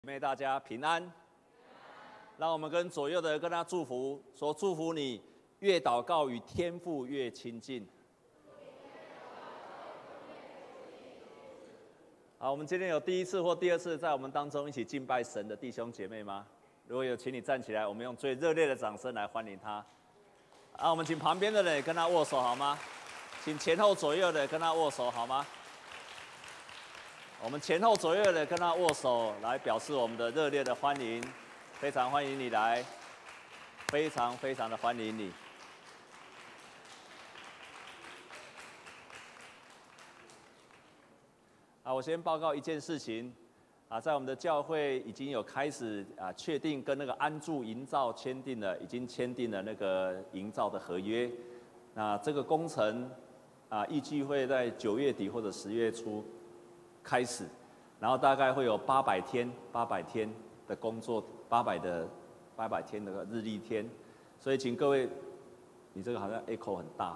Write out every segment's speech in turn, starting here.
姊妹大家平安，让我们跟左右的人跟他祝福，说祝福你越祷告与天父越亲近。好，我们今天有第一次或第二次在我们当中一起敬拜神的弟兄姐妹吗？如果有，请你站起来，我们用最热烈的掌声来欢迎他。我们请旁边的人也跟他握手好吗？请前后左右的跟他握手好吗？我们前后左右的跟他握手，来表示我们的热烈的欢迎，非常欢迎你来，非常非常的欢迎你。我先报告一件事情，在我们的教会已经有开始确定跟那个安住营造已经签订了那个营造的合约。那这个工程预计会在9月底或者10月初开始，然后大概会有800天的工作，800天的日历天，所以请各位，你这个好像 echo 很大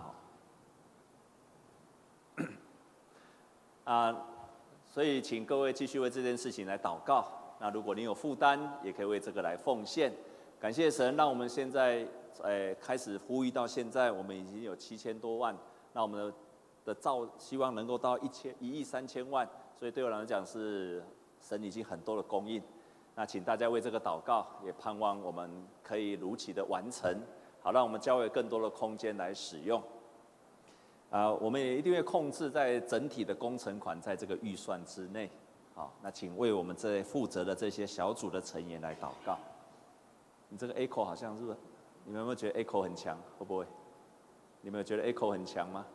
所以请各位继续为这件事情来祷告。那如果你有负担，也可以为这个来奉献。感谢神，让我们现在开始呼吁到现在，我们已经有7000多万，那我们的希望能够到1亿3000万。所以对我来讲是神已经很多的供应，那请大家为这个祷告，也盼望我们可以如期的完成，好让我们教会更多的空间来使用。我们也一定会控制在整体的工程款在这个预算之内。好，那请为我们这负责的这些小组的成员来祷告。你这个 echo 好像是不是？你们有没有觉得 echo 很强？会不会？你们有觉得 echo 很强吗？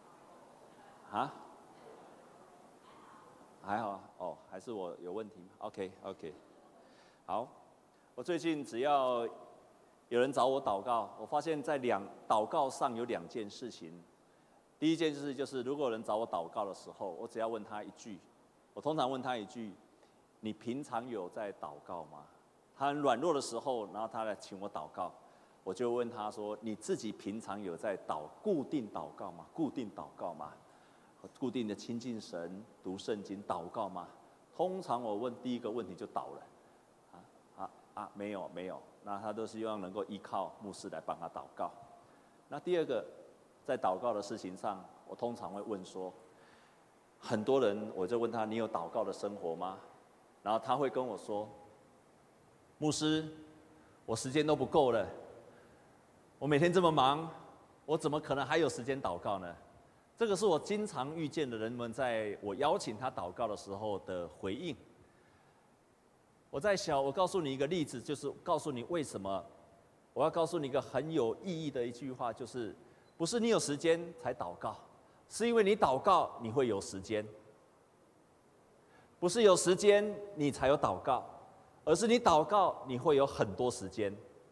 还好哦，还是我有问题吗 ？OK， 好。我最近只要有人找我祷告，我发现在祷告上有2件事情。第一件事就是如果有人找我祷告的时候，我只要问他一句，我通常问他一句：你平常有在祷告吗？他很软弱的时候，然后他来请我祷告，我就问他说：你自己平常有在固定祷告吗？固定祷告吗？固定的亲近神、读圣经、祷告吗？通常我问第一个问题就倒了，没有。那他都希望能够依靠牧师来帮他祷告。那第二个，在祷告的事情上，我通常会问说，很多人我就问他：你有祷告的生活吗？然后他会跟我说：牧师，我时间都不够了，我每天这么忙，我怎么可能还有时间祷告呢？这个是我经常遇见的人们在我邀请他祷告的时候的回应。我在想，我告诉你一个例子，就是告诉你为什么我要告诉你一个很有意义的一句话，就是不是你有时间才祷告，是因为你祷告你会有时间。不是有时间你才有祷告，而是你祷告你会有很多时间。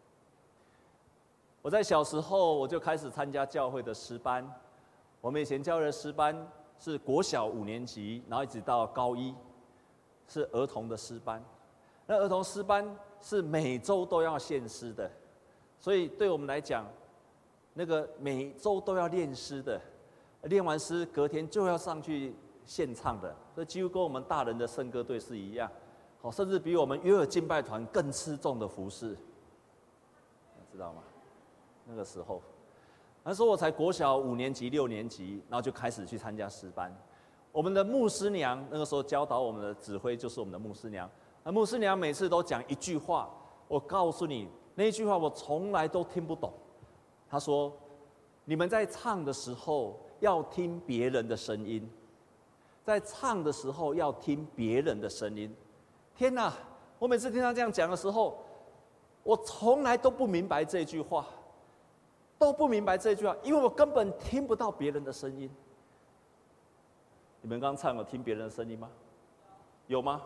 我在小时候我就开始参加教会的诗班。我们以前教会的诗班是国小5年级，然后一直到高1，是儿童的诗班。那儿童诗班是每周都要献诗的，所以对我们来讲，那个每周都要练诗的，练完诗隔天就要上去献唱的，所以几乎跟我们大人的圣歌队是一样，甚至比我们约尔敬拜团更吃重的服事，知道吗？那个时候。那时候我才国小5年级、6年级，然后就开始去参加诗班。我们的牧师娘那个时候教导我们的指挥就是我们的牧师娘。那牧师娘每次都讲一句话，我告诉你那一句话我从来都听不懂。她说：你们在唱的时候要听别人的声音，在唱的时候要听别人的声音。天哪！我每次听她这样讲的时候，我从来都不明白这句话。因为我根本听不到别人的声音。你们刚唱有听别人的声音吗？有吗？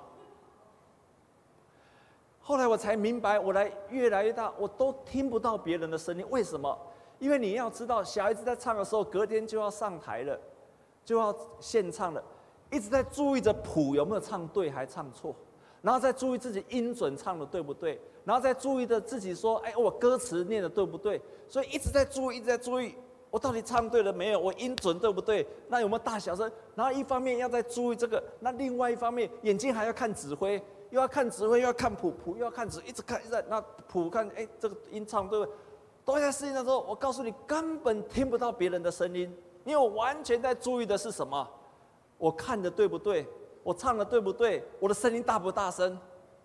后来我才明白，我越来越大，我都听不到别人的声音。为什么？因为你要知道，小孩子在唱的时候，隔天就要上台了，就要献唱了，一直在注意着谱有没有唱对还唱错，然后再注意自己音准唱的对不对，然后再注意着自己说，我歌词念的对不对，所以一直在注意，我到底唱对了没有？我音准对不对？那有没有大小声？然后一方面要在注意这个，那另外一方面眼睛还要看指挥， 又要看指挥，又要看谱，谱又要看指，一直看，那谱看，这个音唱对不对？都在适应的时候，我告诉你，根本听不到别人的声音，因为我完全在注意的是什么？我看的对不对？我唱的对不对？我的声音大不大声？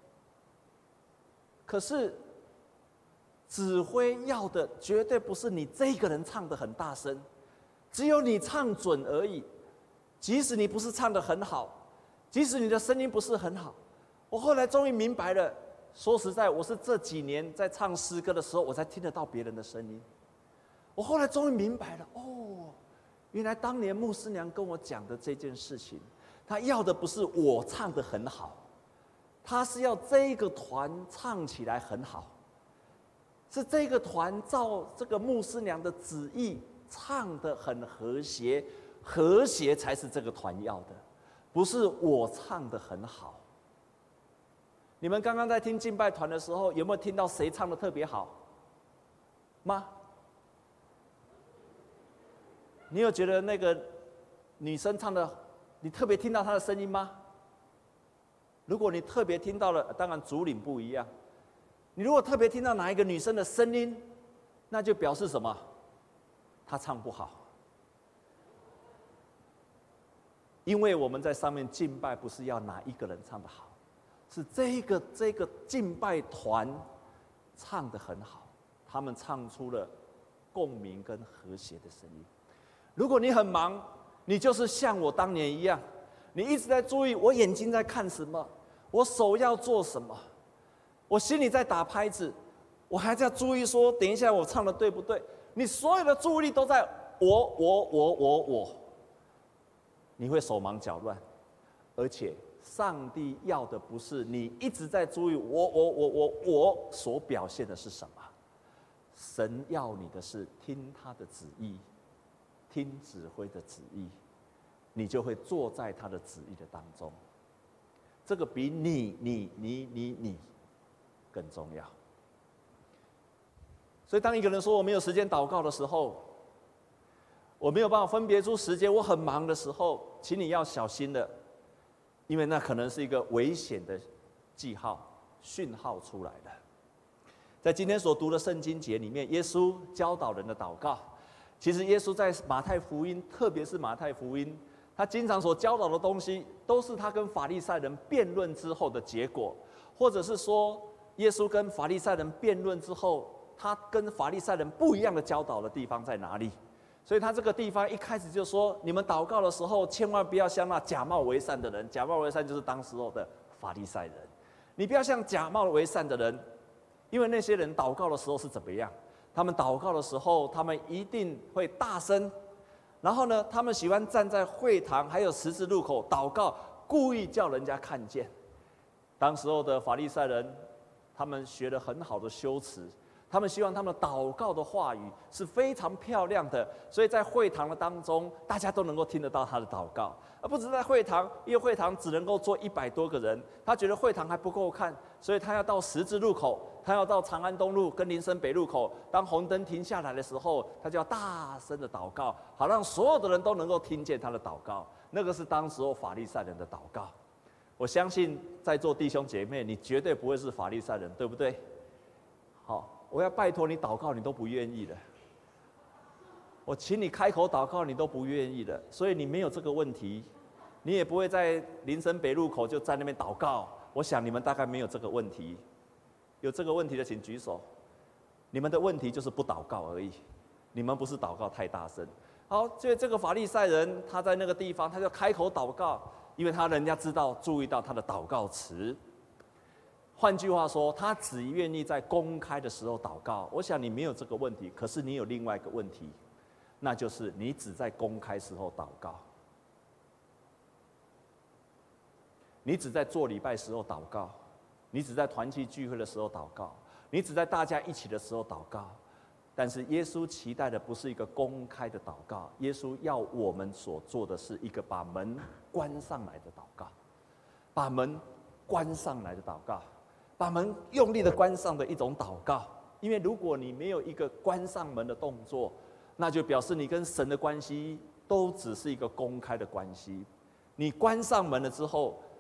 可是，指挥要的绝对不是你这个人唱得很大声，只有你唱准而已。即使你不是唱得很好，即使你的声音不是很好，我后来终于明白了。说实在，我是这几年在唱诗歌的时候，我才听得到别人的声音。我后来终于明白了，原来当年牧师娘跟我讲的这件事情，她要的不是我唱得很好，她是要这个团唱起来很好，是这个团照这个牧师娘的旨意唱得很和谐，和谐才是这个团要的，不是我唱得很好。你们刚刚在听敬拜团的时候，有没有听到谁唱得特别好吗？你有觉得那个女生唱的，你特别听到她的声音吗？如果你特别听到了，当然主领不一样。你如果特别听到哪一个女生的声音，那就表示什么？她唱不好。因为我们在上面敬拜，不是要哪一个人唱得好，是这个敬拜团唱得很好，他们唱出了共鸣跟和谐的声音。如果你很忙，你就是像我当年一样，你一直在注意我眼睛在看什么，我手要做什么，我心里在打拍子，我还在注意说等一下我唱的对不对。你所有的注意力都在我，你会手忙脚乱。而且上帝要的不是你一直在注意我所表现的是什么，神要你的是听他的旨意，听指挥的旨意，你就会坐在他的旨意的当中。这个比你更重要。所以当一个人说我没有时间祷告的时候，我没有办法分别出时间，我很忙的时候，请你要小心了，因为那可能是一个危险的记号、讯号出来的。在今天所读的圣经节里面，耶稣教导人的祷告，其实耶稣在马太福音，特别是马太福音，他经常所教导的东西，都是他跟法利赛人辩论之后的结果，或者是说，耶稣跟法利赛人辩论之后，他跟法利赛人不一样的教导的地方在哪里？所以他这个地方一开始就说，你们祷告的时候，千万不要像那假冒为善的人。假冒为善就是当时候的法利赛人。你不要像假冒为善的人，因为那些人祷告的时候是怎么样？他们祷告的时候，他们一定会大声，然后呢，他们喜欢站在会堂还有十字路口祷告，故意叫人家看见。当时候的法利赛人，他们学了很好的修辞。他们希望他们祷告的话语是非常漂亮的，所以在会堂的当中，大家都能够听得到他的祷告，而不止在会堂，因为会堂只能够坐100多个人，他觉得会堂还不够看，所以他要到十字路口，他要到长安东路跟林森北路口，当红灯停下来的时候，他就要大声的祷告，好让所有的人都能够听见他的祷告。那个是当时候法利赛人的祷告。我相信在座弟兄姐妹，你绝对不会是法利赛人，对不对？好。我要拜托你祷告，你都不愿意了。我请你开口祷告，你都不愿意了。所以你没有这个问题，你也不会在林森北路口就在那边祷告。我想你们大概没有这个问题。有这个问题的请举手。你们的问题就是不祷告而已。你们不是祷告太大声。好，所以这个法利赛人他在那个地方，他就开口祷告，因为人家知道注意到他的祷告词。换句话说，他只愿意在公开的时候祷告。我想你没有这个问题，可是你有另外一个问题，那就是你只在公开时候祷告，你只在做礼拜时候祷告，你只在团契聚会的时候祷告，你只在大家一起的时候祷告。但是耶稣期待的不是一个公开的祷告，耶稣要我们所做的是一个把门关上来的祷告，把门关上来的祷告。把门用力的关上的一种祷告，因为如果你没有一个关上门的动作，那就表示你跟神的关系都只是一个公开的关系。你关上门了之后，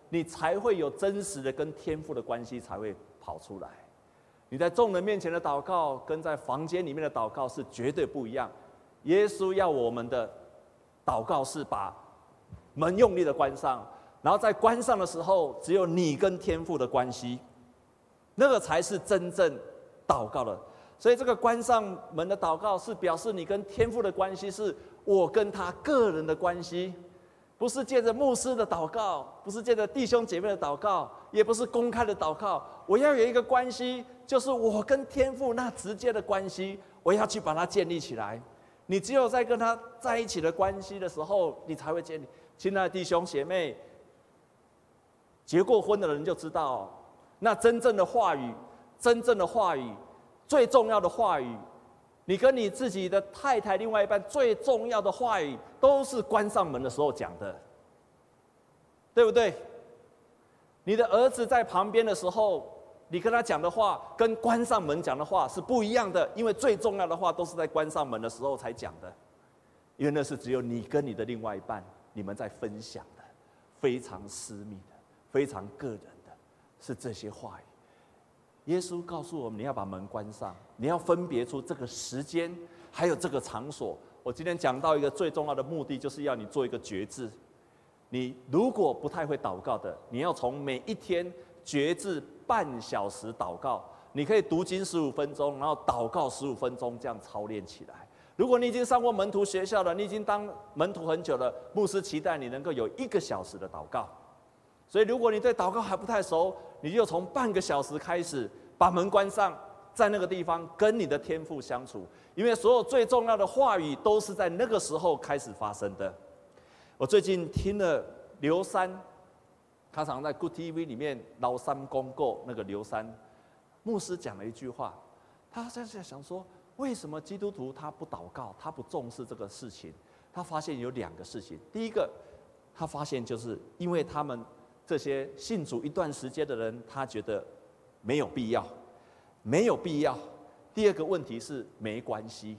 你才会有真实的跟天父的关系才会跑出来。你在众人面前的祷告，跟在房间里面的祷告是绝对不一样。耶稣要我们的祷告是把门用力的关上，然后在关上的时候，只有你跟天父的关系，那个才是真正祷告的。所以这个关上门的祷告是表示你跟天父的关系，是我跟他个人的关系，不是借着牧师的祷告，不是借着弟兄姐妹的祷告，也不是公开的祷告。我要有一个关系，就是我跟天父那直接的关系，我要去把它建立起来。你只有在跟他在一起的关系的时候，你才会建立。亲爱的弟兄姐妹，结过婚的人就知道，那真正的话语，真正的话语，最重要的话语，你跟你自己的太太另外一半最重要的话语，都是关上门的时候讲的，对不对？你的儿子在旁边的时候，你跟他讲的话，跟关上门讲的话是不一样的，因为最重要的话都是在关上门的时候才讲的，因为那是只有你跟你的另外一半，你们在分享的，非常私密的，非常个人的，是这些话语。耶稣告诉我们，你要把门关上，你要分别出这个时间，还有这个场所。我今天讲到一个最重要的目的，就是要你做一个决志。你如果不太会祷告的，你要从每一天决志半小时祷告，你可以读经15分钟，然后祷告15分钟，这样操练起来。如果你已经上过门徒学校了，你已经当门徒很久了，牧师期待你能够有1个小时的祷告。所以如果你对祷告还不太熟，你就从半个小时开始，把门关上，在那个地方跟你的天父相处，因为所有最重要的话语都是在那个时候开始发生的。我最近听了刘三，他常在 Good TV 里面老三公告那个刘三牧师讲了一句话，他在想说，为什么基督徒他不祷告，他不重视这个事情？他发现有2个事情。第一个，他发现就是因为他们这些信主一段时间的人，他觉得没有必要，没有必要。第二个问题是没关系。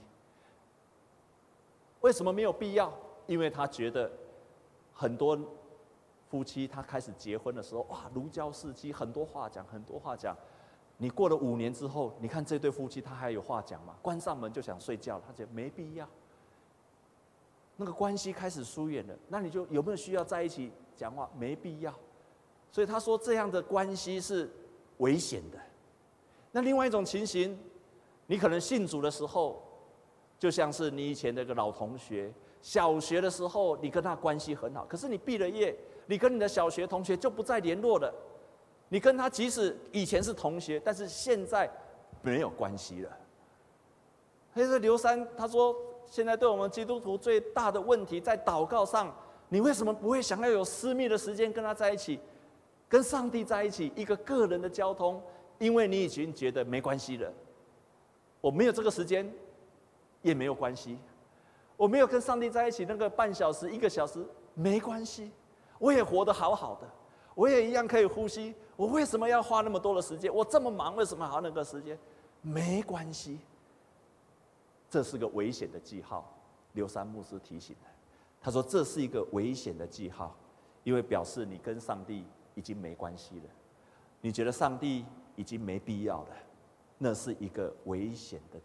为什么没有必要？因为他觉得很多夫妻他开始结婚的时候，哇，如胶似漆，很多话讲，很多话讲。你过了5年之后，你看这对夫妻他还有话讲吗？关上门就想睡觉，他觉得没必要。那个关系开始疏远了，那你就有没有需要在一起讲话？没必要。所以他说这样的关系是危险的。那另外一种情形，你可能信主的时候，就像是你以前那个老同学，小学的时候你跟他关系很好，可是你毕了业，你跟你的小学同学就不再联络了。你跟他即使以前是同学，但是现在没有关系了。所以刘三他说，现在对我们基督徒最大的问题在祷告上，你为什么不会想要有私密的时间跟他在一起，跟上帝在一起，一个个人的交通？因为你已经觉得没关系了，我没有这个时间也没有关系，我没有跟上帝在一起那个半小时1个小时没关系，我也活得好好的，我也一样可以呼吸，我为什么要花那么多的时间？我这么忙，为什么还要那个时间？没关系，这是个危险的记号。刘三牧师提醒的，他说这是一个危险的记号，因为表示你跟上帝已经没关系了，你觉得上帝已经没必要了，那是一个危险的。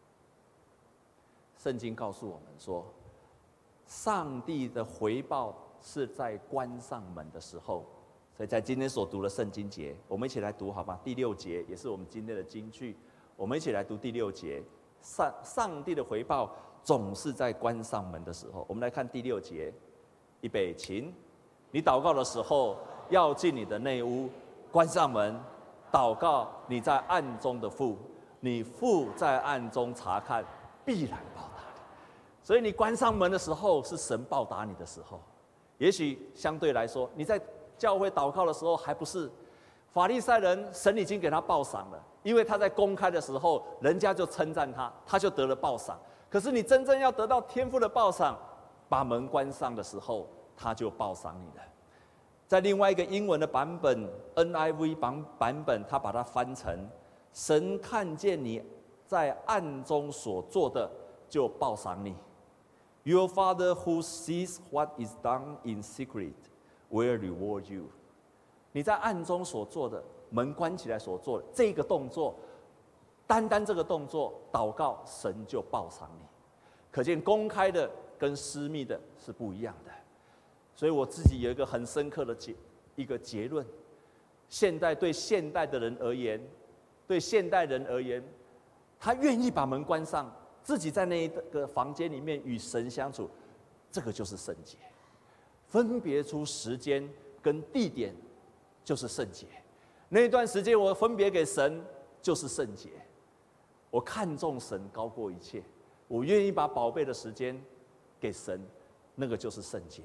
圣经告诉我们说，上帝的回报是在关上门的时候。所以在今天所读的圣经节，我们一起来读好吗？第6节也是我们今天的金句，我们一起来读第6节。上帝的回报总是在关上门的时候。我们来看第6节，预备，请。你祷告的时候，要进你的内屋，关上门，祷告你在暗中的父，你父在暗中查看，必然报答你。所以你关上门的时候，是神报答你的时候。也许相对来说，你在教会祷告的时候还不是。法利赛人，神已经给他报赏了，因为他在公开的时候，人家就称赞他，他就得了报赏。可是你真正要得到天父的报赏，把门关上的时候，他就报赏你了。在另外一个英文的版本 NIV 版本，他把它翻成：神看见你在暗中所做的，就报赏你。Your Father who sees what is done in secret will reward you。 你在暗中所做的，门关起来所做的这个动作，单单这个动作，祷告神就报偿你。可见公开的跟私密的是不一样的。所以我自己有一个很深刻的一个结论：对现代的人而言，对现代人而言，他愿意把门关上，自己在那一个房间里面与神相处，这个就是圣洁。分别出时间跟地点，就是圣洁。那一段时间我分别给神，就是圣洁。我看重神高过一切，我愿意把宝贝的时间给神，那个就是圣洁。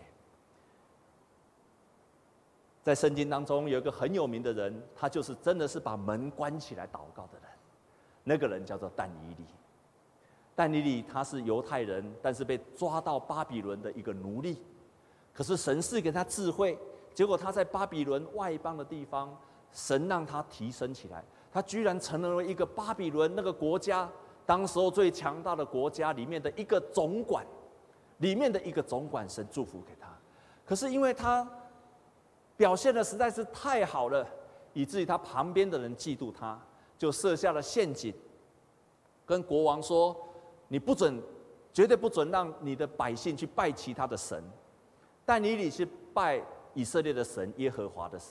在圣经当中有一个很有名的人，他就是真的是把门关起来祷告的人，那个人叫做但以理。但以理他是犹太人，但是被抓到巴比伦的一个奴隶，可是神赐给他智慧，结果他在巴比伦外邦的地方，神让他提升起来，他居然成为一个巴比伦那个国家当时候最强大的国家里面的一个总管，神祝福给他。可是因为他表现的实在是太好了，以至于他旁边的人嫉妒他，就设下了陷阱，跟国王说：你绝对不准让你的百姓去拜其他的神。但以理是拜以色列的神耶和华的神，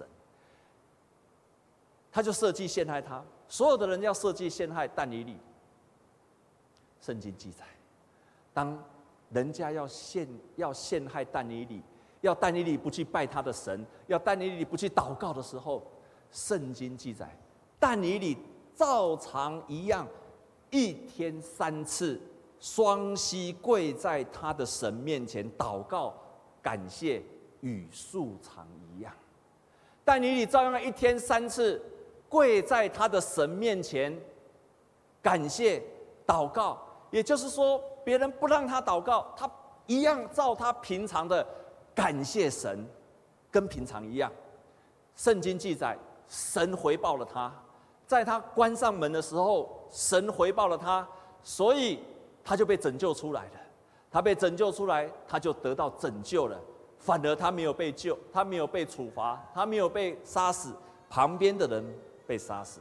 他就设计陷害他。所有的人要设计陷害但以理。圣经记载，当人家要陷害但以理，要但以理不去拜他的神，要但以理不去祷告的时候，圣经记载，但以理照常一样，一天3次，双膝跪在他的神面前祷告感谢，与素常一样。但以理照样一天3次跪在他的神面前感谢祷告，也就是说，别人不让他祷告，他一样照他平常的感谢神，跟平常一样。圣经记载，神回报了他，在他关上门的时候，神回报了他，所以他就被拯救出来了。他被拯救出来，他就得到拯救了。反而他没有被救，他没有被处罚，他没有被杀死，旁边的人被杀死。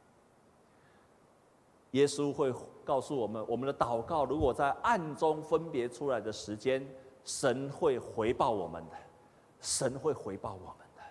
耶稣会告诉我们，我们的祷告如果在暗中分别出来的时间，神会回报我们的，神会回报我们的。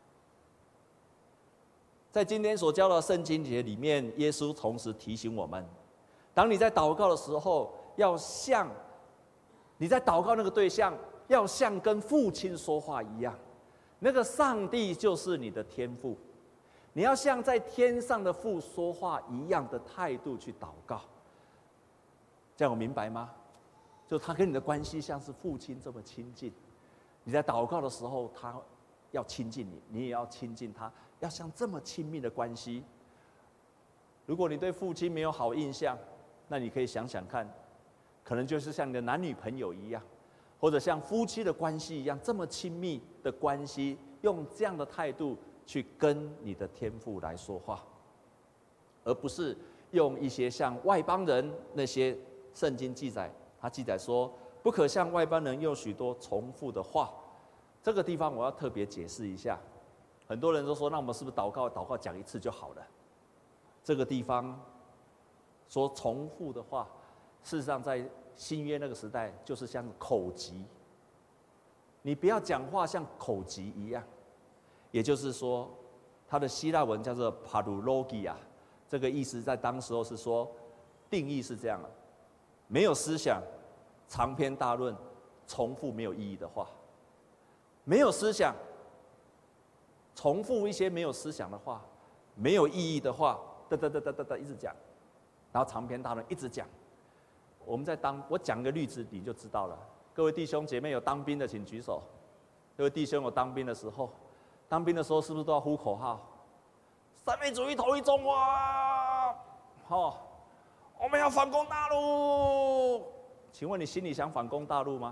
在今天所教的圣经节里面，耶稣同时提醒我们，当你在祷告的时候，要像你在祷告那个对象，要像跟父亲说话一样，那个上帝就是你的天父，你要像在天上的父说话一样的态度去祷告。这样我明白吗？就他跟你的关系像是父亲这么亲近，你在祷告的时候，他要亲近你，你也要亲近他，要像这么亲密的关系。如果你对父亲没有好印象，那你可以想想看，可能就是像你的男女朋友一样，或者像夫妻的关系一样，这么亲密的关系，用这样的态度去跟你的天父来说话，而不是用一些像外邦人那些圣经记载，他记载说不可像外邦人用许多重复的话。这个地方我要特别解释一下，很多人都说，那我们是不是祷告讲一次就好了？这个地方说重复的话，事实上在新约那个时代就是像口疾，你不要讲话像口疾一样。也就是说，它的希腊文叫做 paroulogia， 这个意思在当时候是说，定义是这样的：没有思想，长篇大论，重复没有意义的话。没有思想，重复一些没有思想的话，没有意义的话，一直讲，然后长篇大论一直讲。我讲个例子你就知道了。各位弟兄姐妹有当兵的请举手。各位弟兄有当兵的时候，是不是都要呼口号？三民主义统一中华，我们要反攻大陆。请问你心里想反攻大陆吗？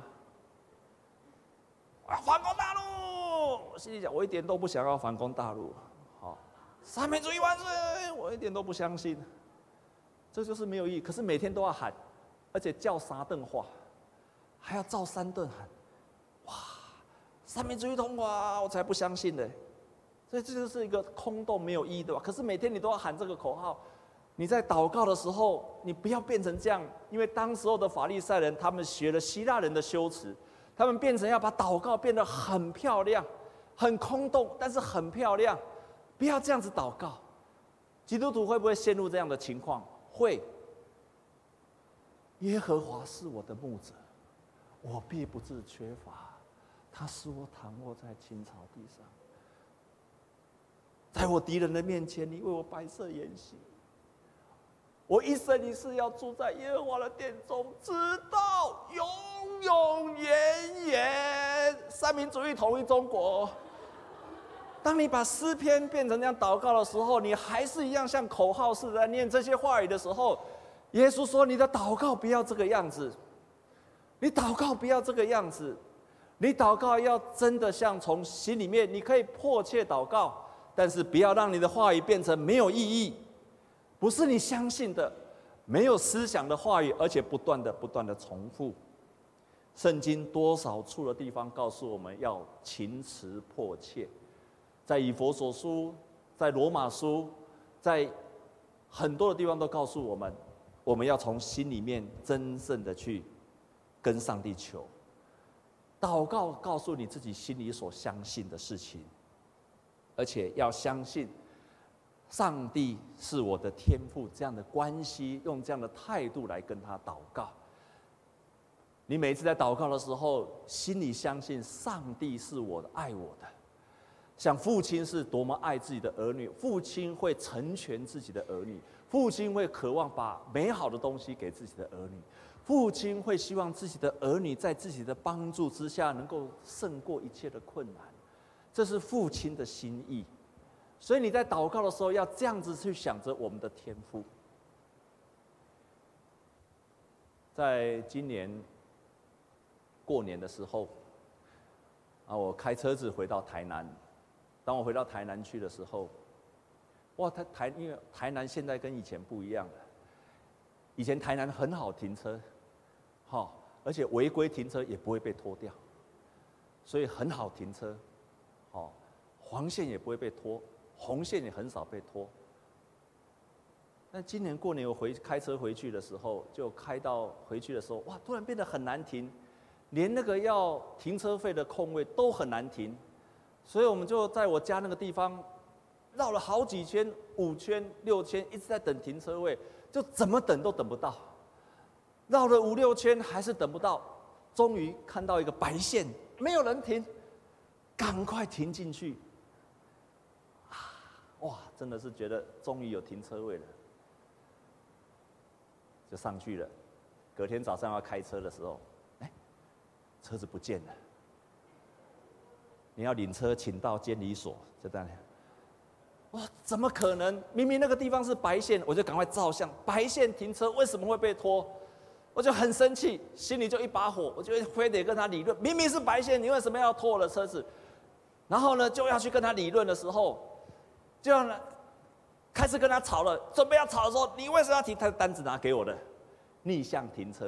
我要反攻大陆，我心里讲，我一点都不想要反攻大陆。三民主义万岁，我一点都不相信。这就是没有意义。可是每天都要喊，而且叫3顿话，还要照3顿喊。哇，三民主义统华，我才不相信呢。 所以这就是一个空洞没有意义的吧？可是每天你都要喊这个口号，你在祷告的时候，你不要变成这样，因为当时候的法利赛人，他们学了希腊人的修辞，他们变成要把祷告变得很漂亮、很空洞，但是很漂亮。不要这样子祷告。基督徒会不会陷入这样的情况？会。耶和华是我的牧者，我必不致缺乏。他使我躺卧在青草地上，在我敌人的面前，你为我摆设筵席。我一生一世要住在耶和华的殿中，直到永永远远。三民主义统一中国。当你把诗篇变成这样祷告的时候，你还是一样像口号似的在念这些话语的时候，耶稣说：“你的祷告不要这个样子，你祷告不要这个样子，你祷告要真的像从心里面，你可以迫切祷告，但是不要让你的话语变成没有意义，不是你相信的，没有思想的话语，而且不断的重复。圣经多少处的地方告诉我们要情辞迫切。”在以弗所书，在罗马书，在很多的地方都告诉我们，我们要从心里面真正的去跟上帝求。祷告告诉你自己心里所相信的事情，而且要相信上帝是我的天父，这样的关系，用这样的态度来跟他祷告。你每一次在祷告的时候，心里相信上帝是我的，爱我的。像父亲是多么爱自己的儿女，父亲会成全自己的儿女，父亲会渴望把美好的东西给自己的儿女，父亲会希望自己的儿女在自己的帮助之下能够胜过一切的困难，这是父亲的心意。所以你在祷告的时候要这样子去想着我们的天父。在今年过年的时候，我开车子回到台南。当我回到台南去的时候，哇，因为台南现在跟以前不一样了。以前台南很好停车，而且违规停车也不会被拖掉，所以很好停车，黄线也不会被拖，红线也很少被拖。但今年过年我开车回去的时候，就开到回去的时候，哇，突然变得很难停，连那个要停车费的空位都很难停。所以我们就在我家那个地方绕了好几圈，5圈、6圈，一直在等停车位，就怎么等都等不到。绕了5、6圈还是等不到，终于看到一个白线，没有人停，赶快停进去。哇，真的是觉得终于有停车位了，就上去了。隔天早上要开车的时候，车子不见了。你要领车，请到监理所，就这样。哇，怎么可能？明明那个地方是白线，我就赶快照相。白线停车为什么会被拖？我就很生气，心里就一把火，我就非得跟他理论。明明是白线，你为什么要拖我的车子？然后呢，就要去跟他理论的时候，就要开始跟他吵了。准备要吵的时候，你为什么要停？他的单子拿给我的，逆向停车。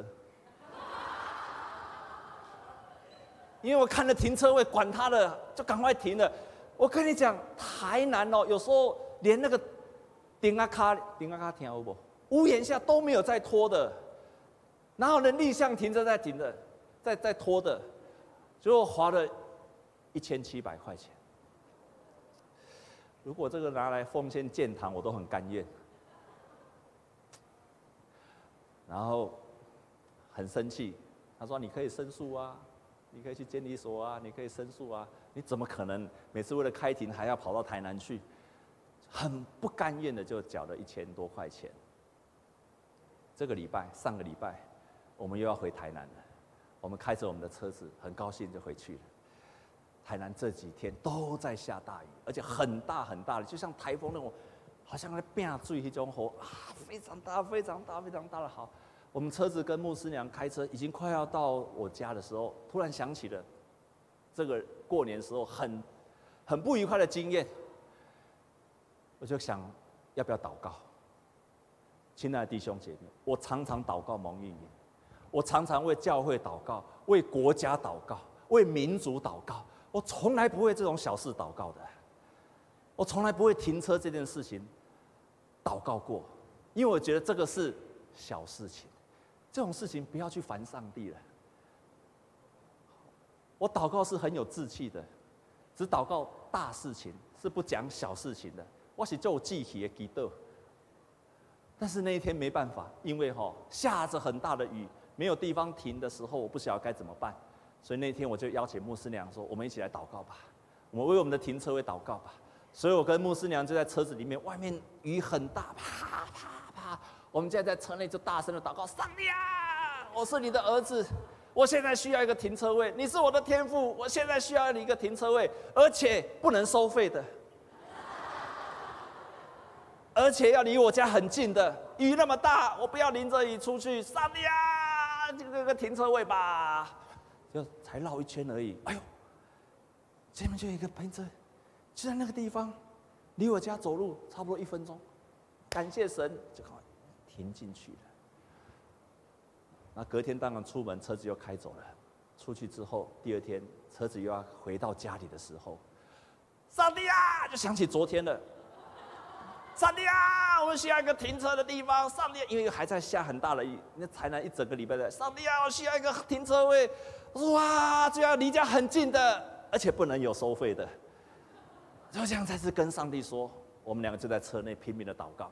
因为我看了停车位，管他的，就赶快停了。我跟你讲，台南有时候连那个顶啊卡停有不？屋檐下都没有在拖的，然后呢逆向停车在停的，在拖的，结果花了1700块钱。如果这个拿来奉献建堂，我都很甘愿。然后很生气，他说：“你可以申诉啊。”你可以去监理所啊，你可以申诉啊，你怎么可能每次为了开庭还要跑到台南去？很不甘愿的就缴了1000多块钱。上个礼拜，我们又要回台南了。我们开着我们的车子，很高兴就回去了。台南这几天都在下大雨，而且很大很大的，就像台风那种，好像在变水那种雨非常大、非常大、非常大的好。我们车子跟牧师娘开车，已经快要到我家的时候，突然想起了这个过年时候很不愉快的经验，我就想要不要祷告？亲爱的弟兄姐妹，我常常祷告蒙应允，我常常为教会祷告，为国家祷告，为民族祷告，我从来不为这种小事祷告的。 我从来不会停车这件事情祷告过，因为我觉得这个是小事情，这种事情不要去烦上帝了。我祷告是很有志气的，只祷告大事情，是不讲小事情的。我是做记起的祈祷，但是那一天没办法，因为下着很大的雨，没有地方停的时候，我不晓得该怎么办，所以那天我就邀请牧师娘说：“我们一起来祷告吧，我们为我们的停车位祷告吧。”所以我跟牧师娘就在车子里面，外面雨很大，啪啪啪，我们现在在车内就大声的祷告：“上帝啊，我是你的儿子。我现在需要一个停车位，你是我的天父，我现在需要你一个停车位，而且不能收费的，而且要离我家很近的。雨那么大，我不要淋着雨出去。上帝啊，这个停车位吧，就才绕一圈而已。哎呦，前面就有一个停车，就在那个地方，离我家走路差不多1分钟。感谢神，就赶快停进去了。那隔天当然出门，车子又开走了。出去之后，第二天车子又要回到家里的时候，上帝啊，就想起昨天了。上帝啊，我们需要一个停车的地方。上帝，因为还在下很大的雨，那才能一整个礼拜的。上帝啊，我需要一个停车位。我说哇，就要离家很近的，而且不能有收费的。就这样再次跟上帝说，我们两个就在车内拼命的祷告。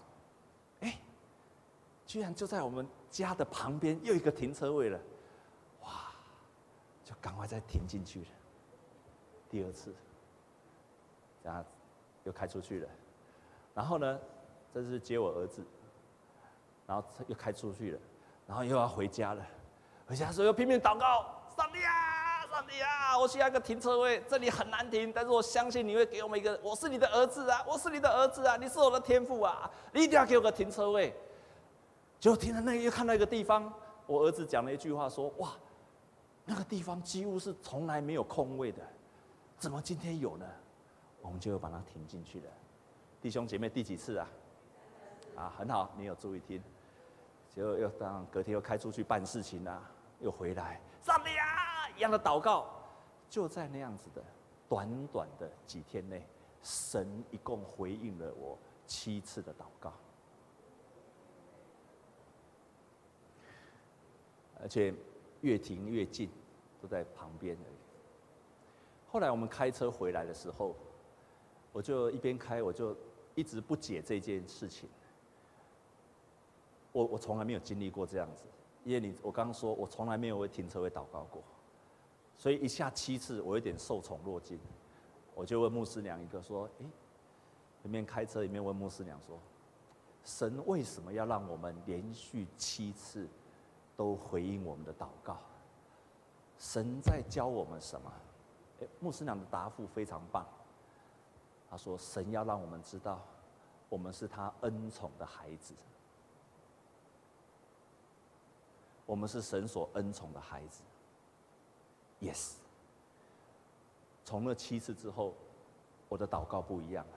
居然就在我们家的旁边又一个停车位了，哇！就赶快再停进去了。第二次，这样又开出去了。然后呢，这是接我儿子，然后又开出去了，然后又要回家了。回家的时候又拼命祷告：上帝啊，上帝啊，我需要一个停车位，这里很难停，但是我相信你会给我们一个。我是你的儿子啊，我是你的儿子啊，你是我的天父啊，你一定要给我个停车位。结果停在那里，又看到一个地方，我儿子讲了一句话说：“哇，那个地方几乎是从来没有空位的，怎么今天有呢？”我们就又把它停进去了。弟兄姐妹，第几次啊？很好，你有注意听。结果又隔天又开出去办事情啊，又回来，上帝啊，一样的祷告。就在那样子的短短的几天内，神一共回应了我7次的祷告。而且越停越近，都在旁边而已。后来我们开车回来的时候，我就一边开，我就一直不解这件事情。我从来没有经历过这样子，因为我刚刚说我从来没有为停车位祷告过，所以一下7次，我有点受宠若惊。我就问牧师娘一个说：“一边开车一边问牧师娘说，神为什么要让我们连续7次？”都回应我们的祷告，神在教我们什么？牧师娘的答复非常棒。他说：“神要让我们知道，我们是他恩宠的孩子，我们是神所恩宠的孩子。” Yes。从那7次之后，我的祷告不一样了。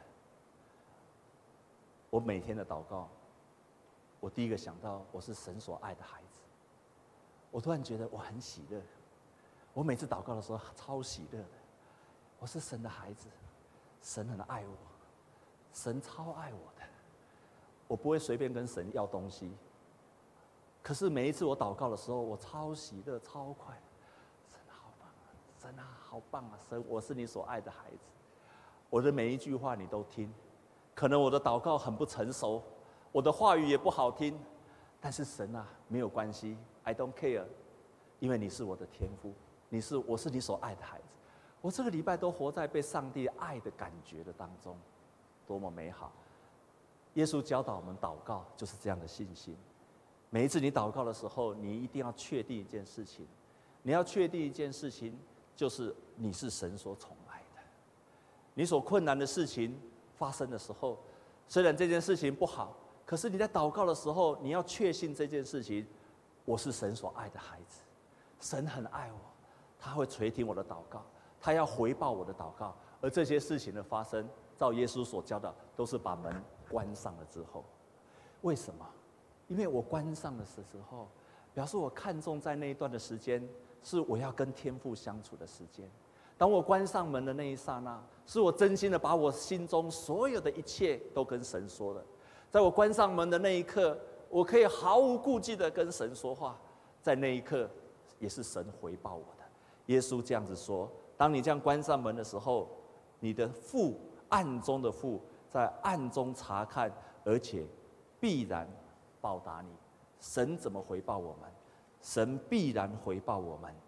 我每天的祷告，我第一个想到我是神所爱的孩子。我突然觉得我很喜乐，我每次祷告的时候超喜乐的。我是神的孩子，神很爱我，神超爱我的。我不会随便跟神要东西，可是每一次我祷告的时候，我超喜乐、超快乐。神好棒啊，神啊，好棒啊，神，我是你所爱的孩子。我的每一句话你都听，可能我的祷告很不成熟，我的话语也不好听，但是神啊，没有关系。I don't care， 因为你是我的天父，我是你所爱的孩子。我这个礼拜都活在被上帝爱的感觉的当中，多么美好！耶稣教导我们祷告就是这样的信心。每一次你祷告的时候，你一定要确定一件事情，你要确定一件事情，就是你是神所宠爱的。你所困难的事情发生的时候，虽然这件事情不好，可是你在祷告的时候，你要确信这件事情。我是神所爱的孩子，神很爱我，他会垂听我的祷告，他要回报我的祷告。而这些事情的发生，照耶稣所教的，都是把门关上了之后。为什么？因为我关上的时候，表示我看重在那一段的时间，是我要跟天父相处的时间。 当我关上门的那一刹那，是我真心的把我心中所有的一切都跟神说了。在我关上门的那一刻，我可以毫无顾忌的跟神说话。在那一刻，也是神回报我的。耶稣这样子说：当你这样关上门的时候，你的父，暗中的父，在暗中查看，而且必然报答你。神怎么回报我们？神必然回报我们。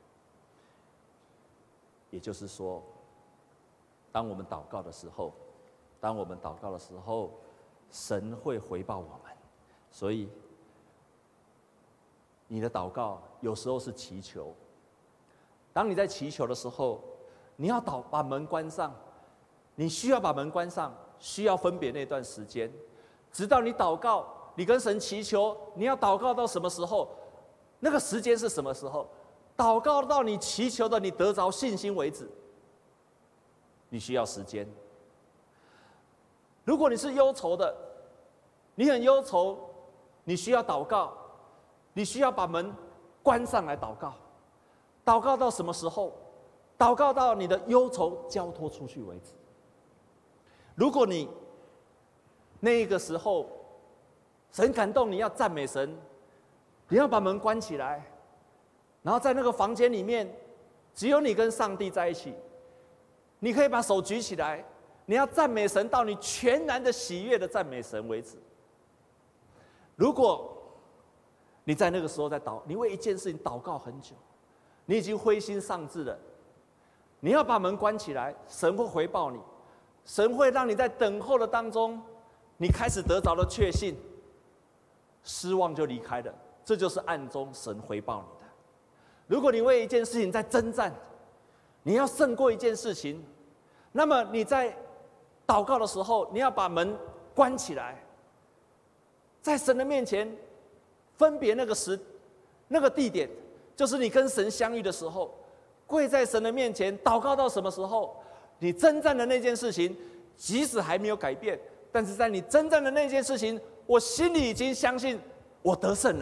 也就是说，当我们祷告的时候，神会回报我们。所以，你的祷告有时候是祈求。当你在祈求的时候，你要把门关上，你需要把门关上，需要分别那段时间，直到你祷告，你跟神祈求，你要祷告到什么时候？那个时间是什么时候？祷告到你祈求的你得着信心为止，你需要时间。如果你是忧愁的，你很忧愁，你需要祷告，你需要把门关上来祷告。祷告到什么时候？祷告到你的忧愁交托出去为止。如果你那个时候神感动你要赞美神，你要把门关起来，然后在那个房间里面只有你跟上帝在一起，你可以把手举起来，你要赞美神到你全然的喜悦的赞美神为止。如果你在那个时候你为一件事情祷告很久，你已经灰心丧志了，你要把门关起来，神会回报你，神会让你在等候的当中，你开始得着了确信，失望就离开了，这就是暗中神回报你的。如果你为一件事情在征战，你要胜过一件事情，那么你在祷告的时候，你要把门关起来，在神的面前分别那个地点，就是你跟神相遇的时候，跪在神的面前祷告到什么时候？你征战的那件事情，即使还没有改变，但是在你征战的那件事情，我心里已经相信我得胜了。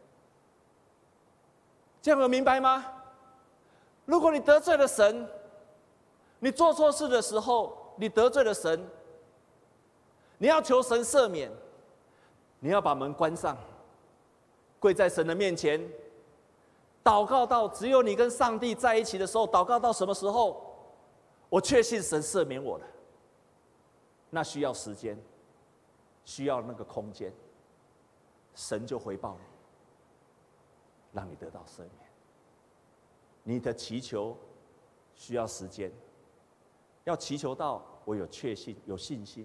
这样有明白吗？如果你得罪了神，你做错事的时候，你得罪了神，你要求神赦免，你要把门关上，跪在神的面前，祷告到只有你跟上帝在一起的时候，祷告到什么时候？我确信神赦免我了。那需要时间，需要那个空间，神就回报你，让你得到赦免。你的祈求需要时间，要祈求到我有确信、有信心。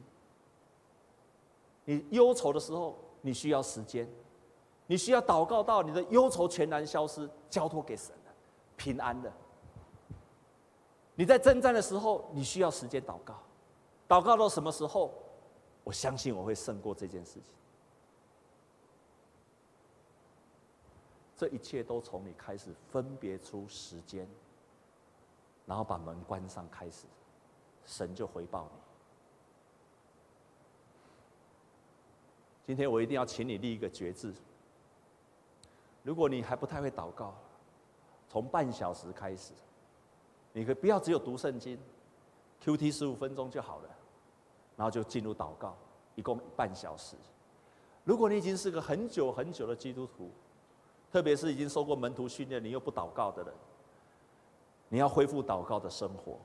你忧愁的时候，你需要时间，你需要祷告到你的忧愁全然消失，交托给神了，平安了。你在征战的时候，你需要时间祷告，祷告到什么时候？我相信我会胜过这件事情。这一切都从你开始分别出时间，然后把门关上开始，神就回报你。今天我一定要请你立一个决志，如果你还不太会祷告，从半小时开始，你可以不要只有读圣经 ，QT 15分钟就好了，然后就进入祷告，一共半小时。如果你已经是个很久很久的基督徒，特别是已经受过门徒训练，你又不祷告的人，你要恢复祷告的生活，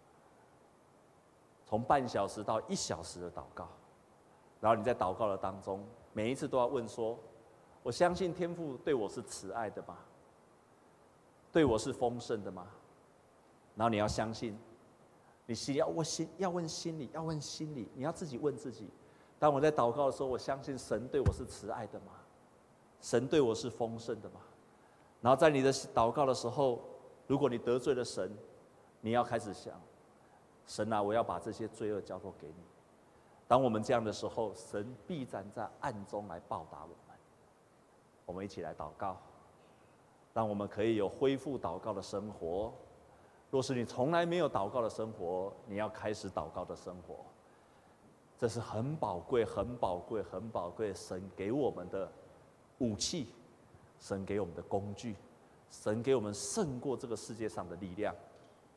从半小时到1小时的祷告，然后你在祷告的当中，每一次都要问说：我相信天父对我是慈爱的吗？对我是丰盛的吗？然后你要相信，你要问心里，你要自己问自己：当我在祷告的时候，我相信神对我是慈爱的吗？神对我是丰盛的吗？然后在你的祷告的时候，如果你得罪了神，你要开始想：神啊，我要把这些罪恶交托给你。当我们这样的时候，神必然在暗中来报答我们。我们一起来祷告，让我们可以有恢复祷告的生活。若是你从来没有祷告的生活，你要开始祷告的生活。这是很宝贵、很宝贵、很宝贵，神给我们的武器，神给我们的工具，神给我们胜过这个世界上的力量。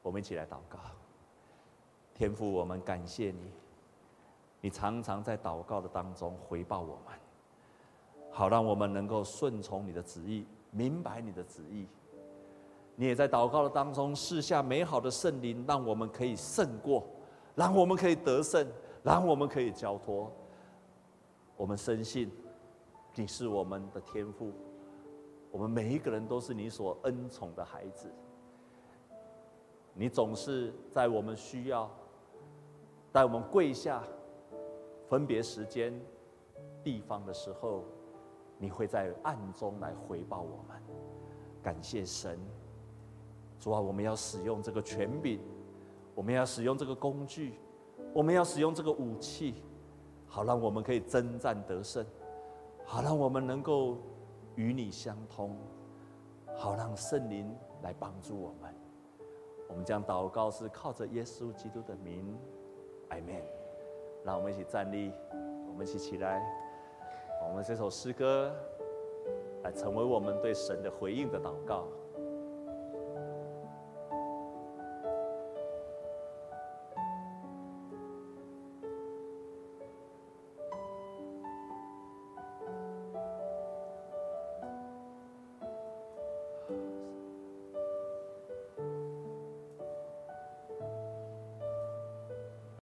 我们一起来祷告。天父，我们感谢你，你常常在祷告的当中回报我们，好让我们能够顺从你的旨意，明白你的旨意。你也在祷告的当中赐下美好的圣灵，让我们可以胜过，让我们可以得胜，让我们可以交托。我们深信你是我们的天父，我们每一个人都是你所恩宠的孩子。你总是在我们需要，在我们跪下分别时间地方的时候，你会在暗中来回报我们。感谢神。主啊，我们要使用这个权柄，我们要使用这个工具，我们要使用这个武器，好让我们可以征战得胜，好让我们能够与你相通，好让圣灵来帮助我们。我们将祷告是靠着耶稣基督的名，阿们。让我们一起站立，我们一起起来，我们这首诗歌来成为我们对神的回应的祷告。